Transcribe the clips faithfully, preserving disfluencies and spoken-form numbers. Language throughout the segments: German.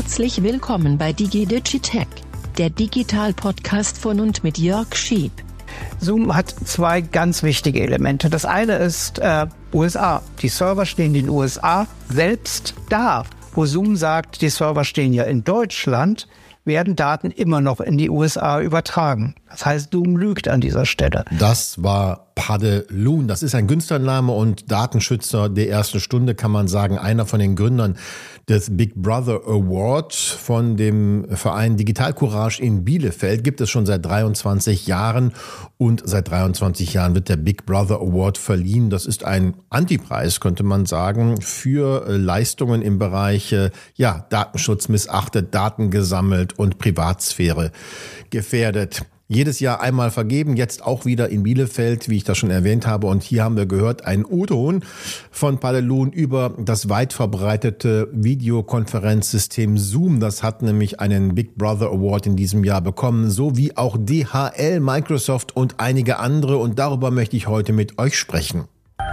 Herzlich willkommen bei DigiDigitech, der Digital-Podcast von und mit Jörg Schieb. Zoom hat zwei ganz wichtige Elemente. Das eine ist äh, U S A. Die Server stehen in den U S A. Selbst da, wo Zoom sagt, die Server stehen ja in Deutschland, werden Daten immer noch in die U S A übertragen. Das heißt, Zoom lügt an dieser Stelle. Das war Padaloon. Das ist ein Künstlername und Datenschützer der ersten Stunde, kann man sagen. Einer von den Gründern des Big Brother Award von dem Verein Digital Courage in Bielefeld. Gibt es schon seit dreiundzwanzig Jahren und seit dreiundzwanzig Jahren wird der Big Brother Award verliehen. Das ist ein Antipreis, könnte man sagen, für Leistungen im Bereich ja, Datenschutz missachtet, Daten gesammelt und Privatsphäre gefährdet. Jedes Jahr einmal vergeben, jetzt auch wieder in Bielefeld, wie ich das schon erwähnt habe. Und hier haben wir gehört, ein O-Ton von Padaloon über das weit verbreitete Videokonferenzsystem Zoom. Das hat nämlich einen Big Brother Award in diesem Jahr bekommen, so wie auch D H L, Microsoft und einige andere. Und darüber möchte ich heute mit euch sprechen.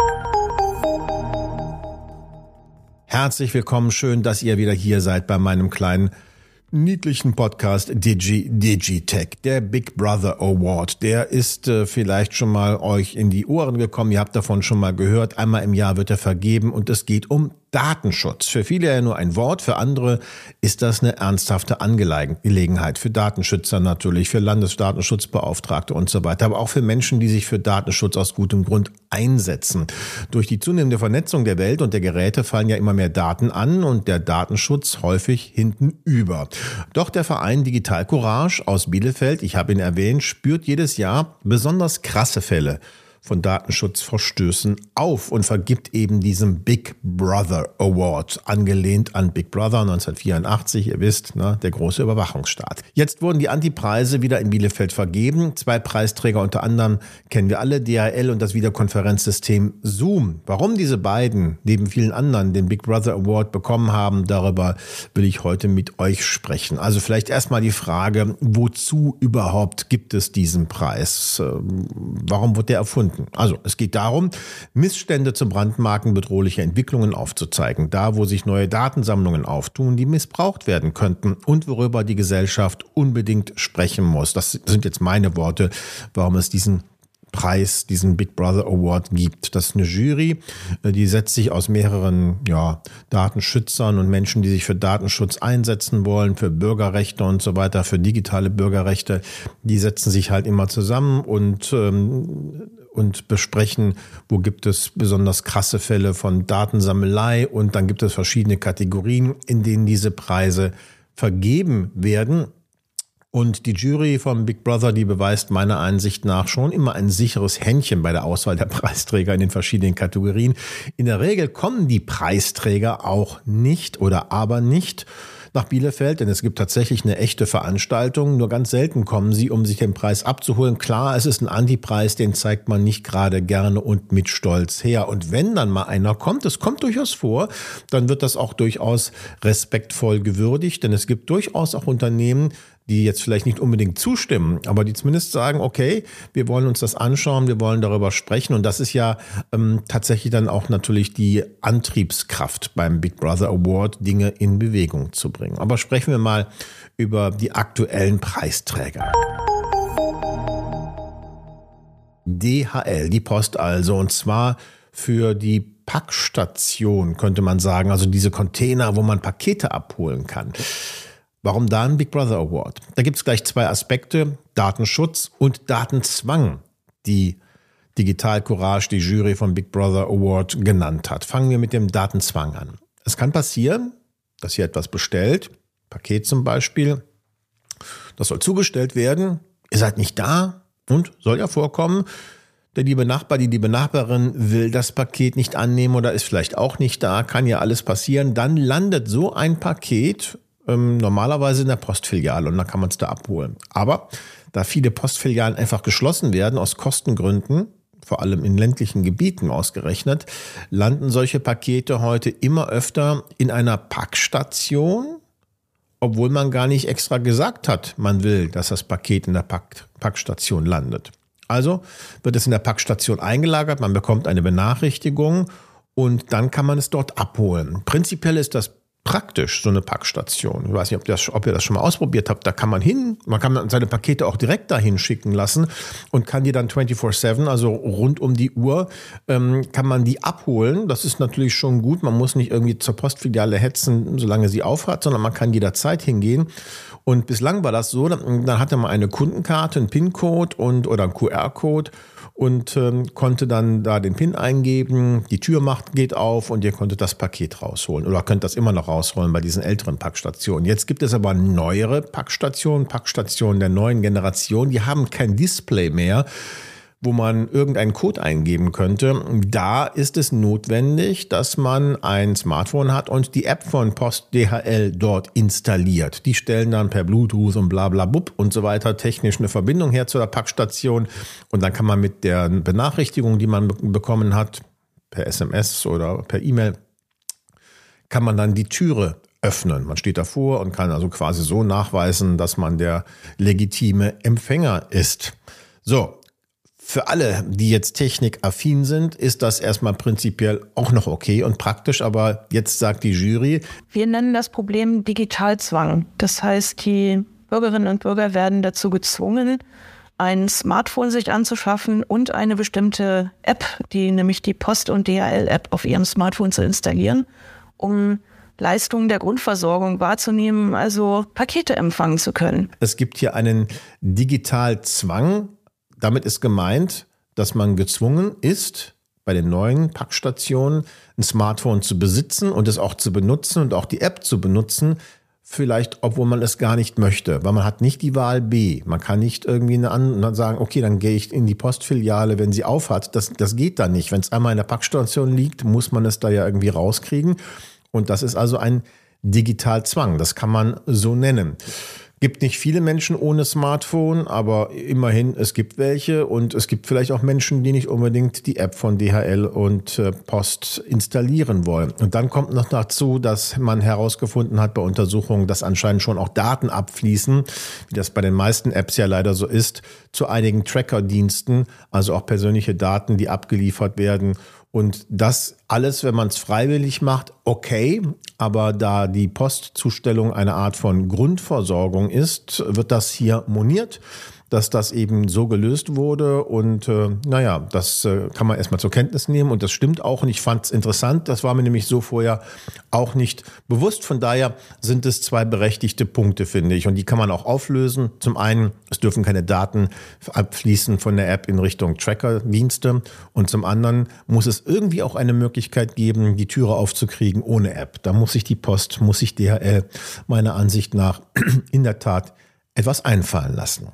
Herzlich willkommen, schön, dass ihr wieder hier seid bei meinem kleinen niedlichen Podcast DigiDigitech. Der Big Brother Award, der ist äh, vielleicht schon mal euch in die Ohren gekommen. Ihr habt davon schon mal gehört. Einmal im Jahr wird er vergeben und es geht um Datenschutz. Für viele ja nur ein Wort, für andere ist das eine ernsthafte Angelegenheit. Für Datenschützer natürlich, für Landesdatenschutzbeauftragte und so weiter, aber auch für Menschen, die sich für Datenschutz aus gutem Grund einsetzen. Durch die zunehmende Vernetzung der Welt und der Geräte fallen ja immer mehr Daten an und der Datenschutz häufig hinten über. Doch der Verein Digital Courage aus Bielefeld, ich habe ihn erwähnt, spürt jedes Jahr besonders krasse Fälle von Datenschutzverstößen auf und vergibt eben diesen Big Brother Award, angelehnt an Big Brother neunzehnhundertvierundachtzig, ihr wisst, ne, der große Überwachungsstaat. Jetzt wurden die Antipreise wieder in Bielefeld vergeben. Zwei Preisträger unter anderem kennen wir alle, D H L und das Videokonferenzsystem Zoom. Warum diese beiden neben vielen anderen den Big Brother Award bekommen haben, darüber will ich heute mit euch sprechen. Also vielleicht erstmal die Frage, wozu überhaupt gibt es diesen Preis? Warum wird der erfunden? Also es geht darum, Missstände zu brandmarken, bedrohliche Entwicklungen aufzuzeigen, da wo sich neue Datensammlungen auftun, die missbraucht werden könnten und worüber die Gesellschaft unbedingt sprechen muss. Das sind jetzt meine Worte, warum es diesen Preis, diesen Big Brother Award gibt. Das ist eine Jury, die setzt sich aus mehreren ja, Datenschützern und Menschen, die sich für Datenschutz einsetzen wollen, für Bürgerrechte und so weiter, für digitale Bürgerrechte. Die setzen sich halt immer zusammen und ähm, und besprechen, wo gibt es besonders krasse Fälle von Datensammelei und dann gibt es verschiedene Kategorien, in denen diese Preise vergeben werden. Und die Jury vom Big Brother, die beweist meiner Ansicht nach schon immer ein sicheres Händchen bei der Auswahl der Preisträger in den verschiedenen Kategorien. In der Regel kommen die Preisträger auch nicht oder aber nicht nach Bielefeld, denn es gibt tatsächlich eine echte Veranstaltung. Nur ganz selten kommen sie, um sich den Preis abzuholen. Klar, es ist ein Antipreis, den zeigt man nicht gerade gerne und mit Stolz her. Und wenn dann mal einer kommt, es kommt durchaus vor, dann wird das auch durchaus respektvoll gewürdigt, denn es gibt durchaus auch Unternehmen, die jetzt vielleicht nicht unbedingt zustimmen, aber die zumindest sagen, okay, wir wollen uns das anschauen, wir wollen darüber sprechen. Und das ist ja ähm, tatsächlich dann auch natürlich die Antriebskraft beim Big Brother Award, Dinge in Bewegung zu bringen. Aber sprechen wir mal über die aktuellen Preisträger. D H L, die Post also, und zwar für die Packstation, könnte man sagen, also diese Container, wo man Pakete abholen kann. Warum da ein Big Brother Award? Da gibt es gleich zwei Aspekte, Datenschutz und Datenzwang, die Digital Courage, die Jury vom Big Brother Award genannt hat. Fangen wir mit dem Datenzwang an. Es kann passieren, dass ihr etwas bestellt, Paket zum Beispiel, das soll zugestellt werden, ihr seid nicht da und soll ja vorkommen, der liebe Nachbar, die liebe Nachbarin will das Paket nicht annehmen oder ist vielleicht auch nicht da, kann ja alles passieren. Dann landet so ein Paket normalerweise in der Postfiliale und dann kann man es da abholen. Aber da viele Postfilialen einfach geschlossen werden aus Kostengründen, vor allem in ländlichen Gebieten ausgerechnet, landen solche Pakete heute immer öfter in einer Packstation, obwohl man gar nicht extra gesagt hat, man will, dass das Paket in der Pack- Packstation landet. Also wird es in der Packstation eingelagert, man bekommt eine Benachrichtigung und dann kann man es dort abholen. Prinzipiell ist das praktisch, so eine Packstation. Ich weiß nicht, ob, das, ob ihr das schon mal ausprobiert habt. Da kann man hin, man kann seine Pakete auch direkt dahin schicken lassen und kann die dann vierundzwanzig sieben, also rund um die Uhr, ähm, kann man die abholen. Das ist natürlich schon gut. Man muss nicht irgendwie zur Postfiliale hetzen, solange sie aufhat, sondern man kann jederzeit hingehen. Und bislang war das so, dann hatte man eine Kundenkarte, einen PIN-Code und, oder einen Q R-Code und ähm, konnte dann da den PIN eingeben, die Tür macht, geht auf und ihr konntet das Paket rausholen oder könnt das immer noch rausholen bei diesen älteren Packstationen. Jetzt gibt es aber neuere Packstationen, Packstationen der neuen Generation, die haben kein Display mehr, wo man irgendeinen Code eingeben könnte. Da ist es notwendig, dass man ein Smartphone hat und die App von Post D H L dort installiert. Die stellen dann per Bluetooth und bla bla bub und so weiter technisch eine Verbindung her zu der Packstation und dann kann man mit der Benachrichtigung, die man bekommen hat, per S M S oder per E-Mail, kann man dann die Türe öffnen. Man steht davor und kann also quasi so nachweisen, dass man der legitime Empfänger ist. So. Für alle, die jetzt technikaffin sind, ist das erstmal prinzipiell auch noch okay und praktisch. Aber jetzt sagt die Jury: Wir nennen das Problem Digitalzwang. Das heißt, die Bürgerinnen und Bürger werden dazu gezwungen, ein Smartphone sich anzuschaffen und eine bestimmte App, die nämlich die Post- und D H L-App auf ihrem Smartphone zu installieren, um Leistungen der Grundversorgung wahrzunehmen, also Pakete empfangen zu können. Es gibt hier einen Digitalzwang. Damit ist gemeint, dass man gezwungen ist, bei den neuen Packstationen ein Smartphone zu besitzen und es auch zu benutzen und auch die App zu benutzen, vielleicht obwohl man es gar nicht möchte, weil man hat nicht die Wahl B. Man kann nicht irgendwie eine andere sagen, okay, dann gehe ich in die Postfiliale, wenn sie aufhat. Das, das geht da nicht. Wenn es einmal in der Packstation liegt, muss man es da ja irgendwie rauskriegen. Und das ist also ein Digitalzwang. Das kann man so nennen. Gibt nicht viele Menschen ohne Smartphone, aber immerhin, es gibt welche und es gibt vielleicht auch Menschen, die nicht unbedingt die App von D H L und äh, Post installieren wollen. Und dann kommt noch dazu, dass man herausgefunden hat bei Untersuchungen, dass anscheinend schon auch Daten abfließen, wie das bei den meisten Apps ja leider so ist, zu einigen Tracker-Diensten, also auch persönliche Daten, die abgeliefert werden. Und das alles, wenn man es freiwillig macht, okay. Aber da die Postzustellung eine Art von Grundversorgung ist, wird das hier moniert, dass das eben so gelöst wurde. Und äh, naja, das äh, kann man erstmal zur Kenntnis nehmen. Und das stimmt auch. Und ich fand es interessant. Das war mir nämlich so vorher auch nicht bewusst. Von daher sind es zwei berechtigte Punkte, finde ich. Und die kann man auch auflösen. Zum einen, es dürfen keine Daten abfließen von der App in Richtung Tracker-Dienste. Und zum anderen muss es irgendwie auch eine Möglichkeit geben, die Türe aufzukriegen ohne App. Da muss sich die Post, muss sich D H L meiner Ansicht nach in der Tat etwas einfallen lassen.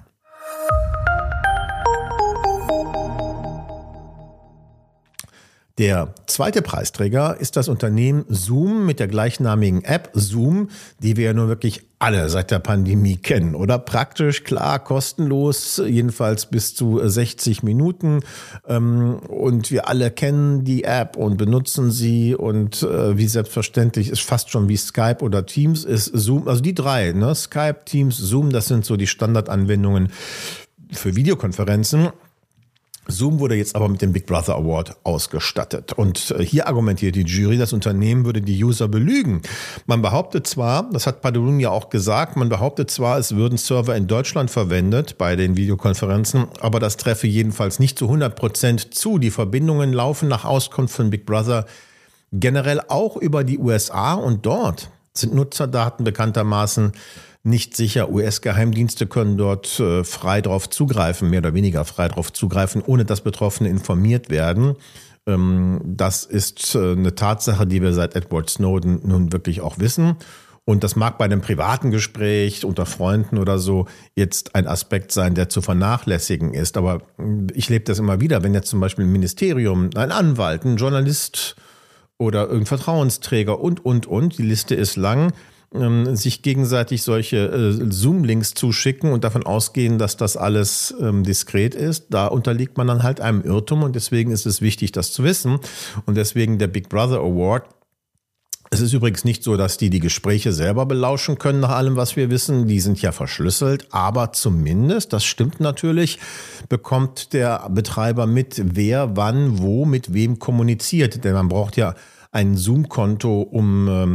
Der zweite Preisträger ist das Unternehmen Zoom mit der gleichnamigen App Zoom, die wir ja nur wirklich alle seit der Pandemie kennen. Oder praktisch, klar, kostenlos, jedenfalls bis zu sechzig Minuten. Und wir alle kennen die App und benutzen sie. Und wie selbstverständlich ist fast schon wie Skype oder Teams ist Zoom. Also die drei, ne? Skype, Teams, Zoom, das sind so die Standardanwendungen für Videokonferenzen. Zoom wurde jetzt aber mit dem Big Brother Award ausgestattet. Und hier argumentiert die Jury, das Unternehmen würde die User belügen. Man behauptet zwar, das hat Padulun ja auch gesagt, man behauptet zwar, es würden Server in Deutschland verwendet bei den Videokonferenzen, aber das treffe jedenfalls nicht zu hundert Prozent zu. Die Verbindungen laufen nach Auskunft von Big Brother generell auch über die U S A und dort sind Nutzerdaten bekanntermaßen nicht sicher. U S-Geheimdienste können dort äh, frei drauf zugreifen, mehr oder weniger frei drauf zugreifen, ohne dass Betroffene informiert werden. Ähm, das ist äh, eine Tatsache, die wir seit Edward Snowden nun wirklich auch wissen. Und das mag bei einem privaten Gespräch unter Freunden oder so jetzt ein Aspekt sein, der zu vernachlässigen ist. Aber ich lebe das immer wieder, wenn jetzt zum Beispiel ein Ministerium, ein Anwalt, ein Journalist oder irgendein Vertrauensträger und, und, und, die Liste ist lang, sich gegenseitig solche äh, Zoom-Links zuschicken und davon ausgehen, dass das alles ähm, diskret ist, da unterliegt man dann halt einem Irrtum und deswegen ist es wichtig, das zu wissen und deswegen der Big Brother Award. Es ist übrigens nicht so, dass die die Gespräche selber belauschen können nach allem, was wir wissen. Die sind ja verschlüsselt, aber zumindest, das stimmt natürlich, bekommt der Betreiber mit, wer, wann, wo, mit wem kommuniziert. Denn man braucht ja ein Zoom-Konto, um ähm,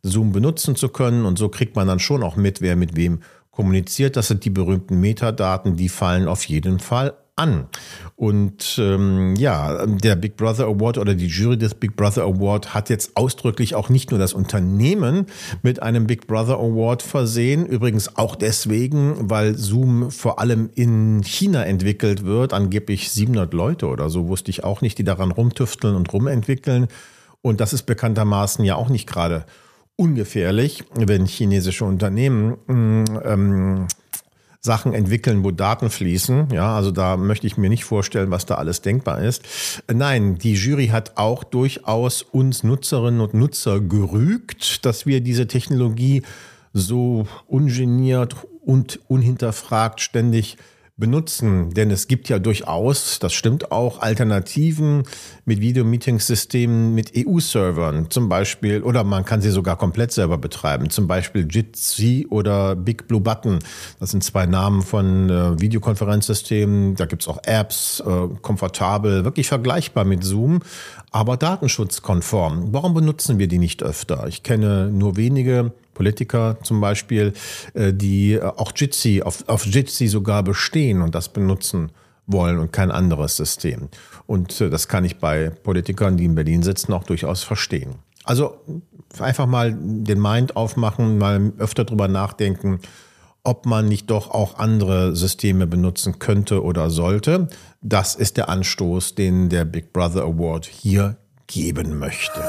Zoom benutzen zu können. Und so kriegt man dann schon auch mit, wer mit wem kommuniziert. Das sind die berühmten Metadaten, die fallen auf jeden Fall an. Und ähm, ja, der Big Brother Award oder die Jury des Big Brother Award hat jetzt ausdrücklich auch nicht nur das Unternehmen mit einem Big Brother Award versehen, übrigens auch deswegen, weil Zoom vor allem in China entwickelt wird, angeblich siebenhundert Leute oder so, wusste ich auch nicht, die daran rumtüfteln und rumentwickeln. Und das ist bekanntermaßen ja auch nicht gerade ungefährlich, wenn chinesische Unternehmen ähm, Sachen entwickeln, wo Daten fließen. Ja, also da möchte ich mir nicht vorstellen, was da alles denkbar ist. Nein, die Jury hat auch durchaus uns Nutzerinnen und Nutzer gerügt, dass wir diese Technologie so ungeniert und unhinterfragt ständig benutzen. Denn es gibt ja durchaus, das stimmt auch, Alternativen mit Videomeetingssystemen mit E U-Servern zum Beispiel, oder man kann sie sogar komplett selber betreiben, zum Beispiel Jitsi oder Big Blue Button. Das sind zwei Namen von äh, Videokonferenzsystemen. Da gibt's auch Apps, äh, komfortabel, wirklich vergleichbar mit Zoom, aber datenschutzkonform. Warum benutzen wir die nicht öfter? Ich kenne nur wenige Politiker zum Beispiel, die auch Jitsi, auf, auf Jitsi sogar bestehen und das benutzen wollen und kein anderes System. Und das kann ich bei Politikern, die in Berlin sitzen, auch durchaus verstehen. Also einfach mal den Mind aufmachen, mal öfter drüber nachdenken, ob man nicht doch auch andere Systeme benutzen könnte oder sollte. Das ist der Anstoß, den der Big Brother Award hier geben möchte.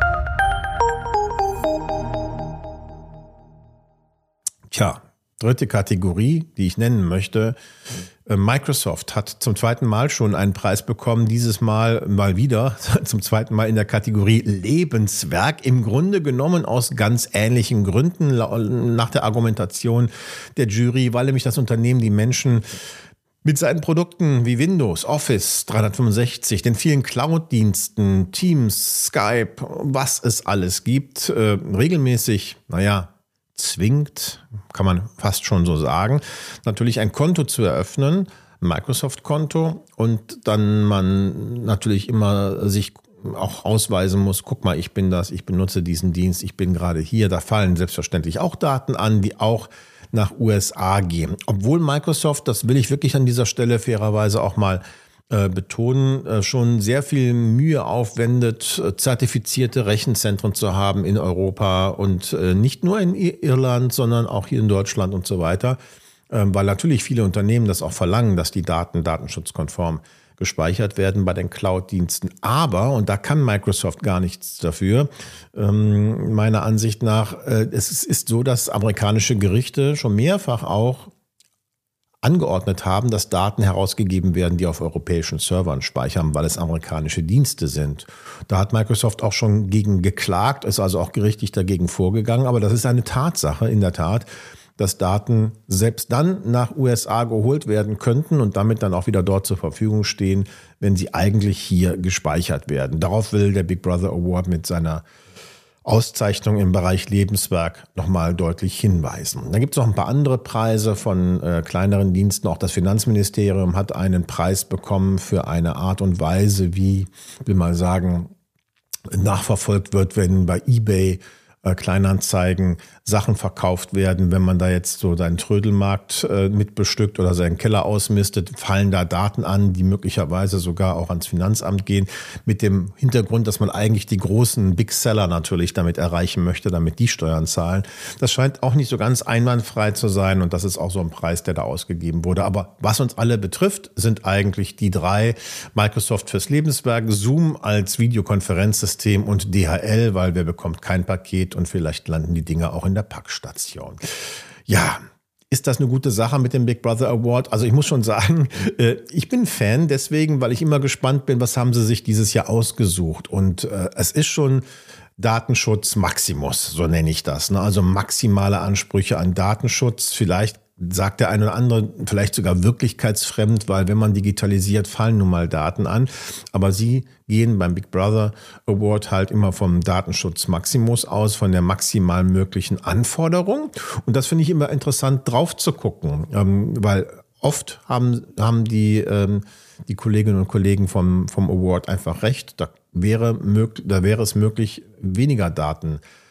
Tja, dritte Kategorie, die ich nennen möchte. Microsoft hat zum zweiten Mal schon einen Preis bekommen, dieses Mal mal wieder, zum zweiten Mal in der Kategorie Lebenswerk. Im Grunde genommen aus ganz ähnlichen Gründen, nach der Argumentation der Jury, weil nämlich das Unternehmen die Menschen mit seinen Produkten wie Windows, Office dreihundertfünfundsechzig, den vielen Cloud-Diensten, Teams, Skype, was es alles gibt, äh, regelmäßig, naja, zwingt, kann man fast schon so sagen, natürlich ein Konto zu eröffnen, ein Microsoft-Konto, und dann man natürlich immer sich auch ausweisen muss, guck mal, ich bin das, ich benutze diesen Dienst, ich bin gerade hier. Da fallen selbstverständlich auch Daten an, die auch nach U S A gehen. Obwohl Microsoft, das will ich wirklich an dieser Stelle fairerweise auch mal betonen, schon sehr viel Mühe aufwendet, zertifizierte Rechenzentren zu haben in Europa und nicht nur in Irland, sondern auch hier in Deutschland und so weiter, weil natürlich viele Unternehmen das auch verlangen, dass die Daten datenschutzkonform gespeichert werden bei den Cloud-Diensten. Aber, und da kann Microsoft gar nichts dafür, meiner Ansicht nach, es ist so, dass amerikanische Gerichte schon mehrfach auch angeordnet haben, dass Daten herausgegeben werden, die auf europäischen Servern speichern, weil es amerikanische Dienste sind. Da hat Microsoft auch schon gegen geklagt, ist also auch gerichtlich dagegen vorgegangen. Aber das ist eine Tatsache, in der Tat, dass Daten selbst dann nach U S A geholt werden könnten und damit dann auch wieder dort zur Verfügung stehen, wenn sie eigentlich hier gespeichert werden. Darauf will der Big Brother Award mit seiner Auszeichnung im Bereich Lebenswerk nochmal deutlich hinweisen. Da gibt es noch ein paar andere Preise von äh, kleineren Diensten. Auch das Finanzministerium hat einen Preis bekommen für eine Art und Weise, wie, will mal sagen, nachverfolgt wird, wenn bei eBay äh, Kleinanzeigen Sachen verkauft werden. Wenn man da jetzt so seinen Trödelmarkt äh, mitbestückt oder seinen Keller ausmistet, fallen da Daten an, die möglicherweise sogar auch ans Finanzamt gehen, mit dem Hintergrund, dass man eigentlich die großen Big Seller natürlich damit erreichen möchte, damit die Steuern zahlen. Das scheint auch nicht so ganz einwandfrei zu sein und das ist auch so ein Preis, der da ausgegeben wurde. Aber was uns alle betrifft, sind eigentlich die drei: Microsoft fürs Lebenswerk, Zoom als Videokonferenzsystem und D H L, weil wer bekommt kein Paket und vielleicht landen die Dinge auch in der Packstation. Ja, ist das eine gute Sache mit dem Big Brother Award? Also ich muss schon sagen, ich bin Fan deswegen, weil ich immer gespannt bin, was haben sie sich dieses Jahr ausgesucht. Und es ist schon Datenschutz Maximus, so nenne ich das. Also maximale Ansprüche an Datenschutz. Vielleicht sagt der eine oder andere, vielleicht sogar wirklichkeitsfremd, weil wenn man digitalisiert, fallen nun mal Daten an. Aber sie gehen beim Big Brother Award halt immer vom Datenschutz Maximus aus, von der maximal möglichen Anforderung. Und das finde ich immer interessant, drauf zu gucken, ähm, weil oft haben, haben die, ähm, die Kolleginnen und Kollegen vom, vom Award einfach recht. Da wäre, möglich, da wäre es möglich, weniger Daten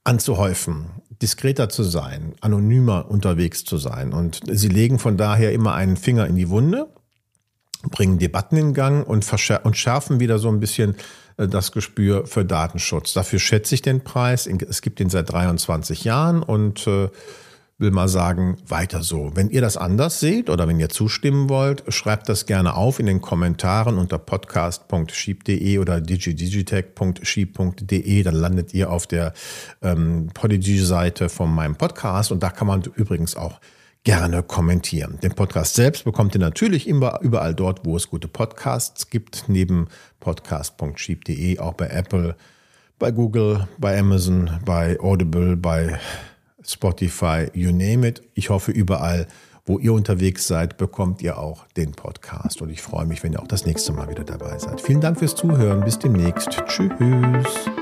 anzuhäufen, diskreter zu sein, anonymer unterwegs zu sein. Und sie legen von daher immer einen Finger in die Wunde, bringen Debatten in Gang und, verschär- und schärfen wieder so ein bisschen das Gespür für Datenschutz. Dafür schätze ich den Preis. Es gibt ihn seit dreiundzwanzig Jahren und äh, will mal sagen, weiter so. Wenn ihr das anders seht oder wenn ihr zustimmen wollt, schreibt das gerne auf in den Kommentaren unter podcast punkt sheep punkt de oder digidigitech punkt sheep punkt de. Dann landet ihr auf der ähm, Podigy-Seite von meinem Podcast und da kann man übrigens auch gerne kommentieren. Den Podcast selbst bekommt ihr natürlich immer überall dort, wo es gute Podcasts gibt, neben podcast punkt sheep punkt de, auch bei Apple, bei Google, bei Amazon, bei Audible, bei Spotify, you name it. Ich hoffe, überall, wo ihr unterwegs seid, bekommt ihr auch den Podcast. Und ich freue mich, wenn ihr auch das nächste Mal wieder dabei seid. Vielen Dank fürs Zuhören. Bis demnächst. Tschüss.